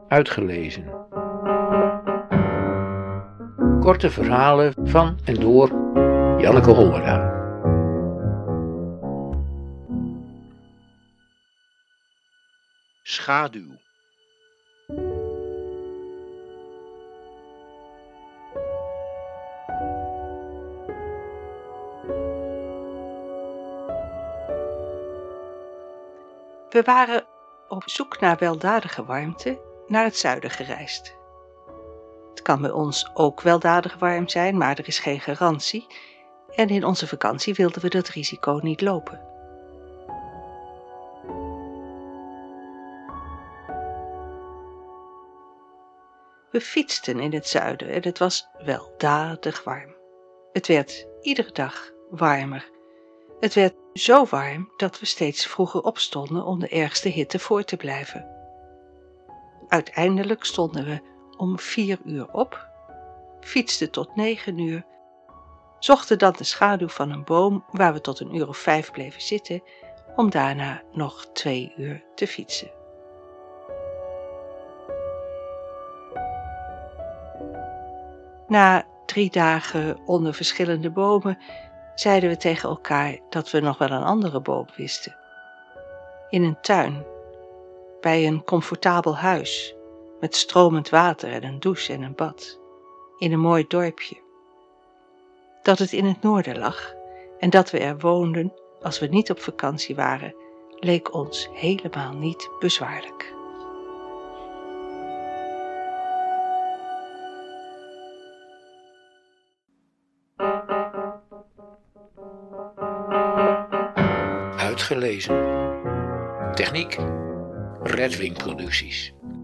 Uitgelezen. Korte verhalen van en door Janneke Hollera. Schaduw. We waren op zoek naar weldadige warmte naar het zuiden gereisd. Het kan bij ons ook weldadig warm zijn, maar er is geen garantie. En in onze vakantie wilden we dat risico niet lopen. We fietsten in het zuiden en het was weldadig warm. Het werd iedere dag warmer. Het werd zo warm dat we steeds vroeger opstonden om de ergste hitte voor te blijven. Uiteindelijk stonden we om 4 uur op, fietsten tot 9 uur, zochten dan de schaduw van een boom waar we tot 1:05 bleven zitten, om daarna nog 2 uur te fietsen. Na 3 dagen onder verschillende bomen zeiden we tegen elkaar dat we nog wel een andere boom wisten. In een tuin, bij een comfortabel huis, met stromend water en een douche en een bad, in een mooi dorpje. Dat het in het noorden lag en dat we er woonden als we niet op vakantie waren, leek ons helemaal niet bezwaarlijk. Uitgelezen. Techniek Redwing Producties.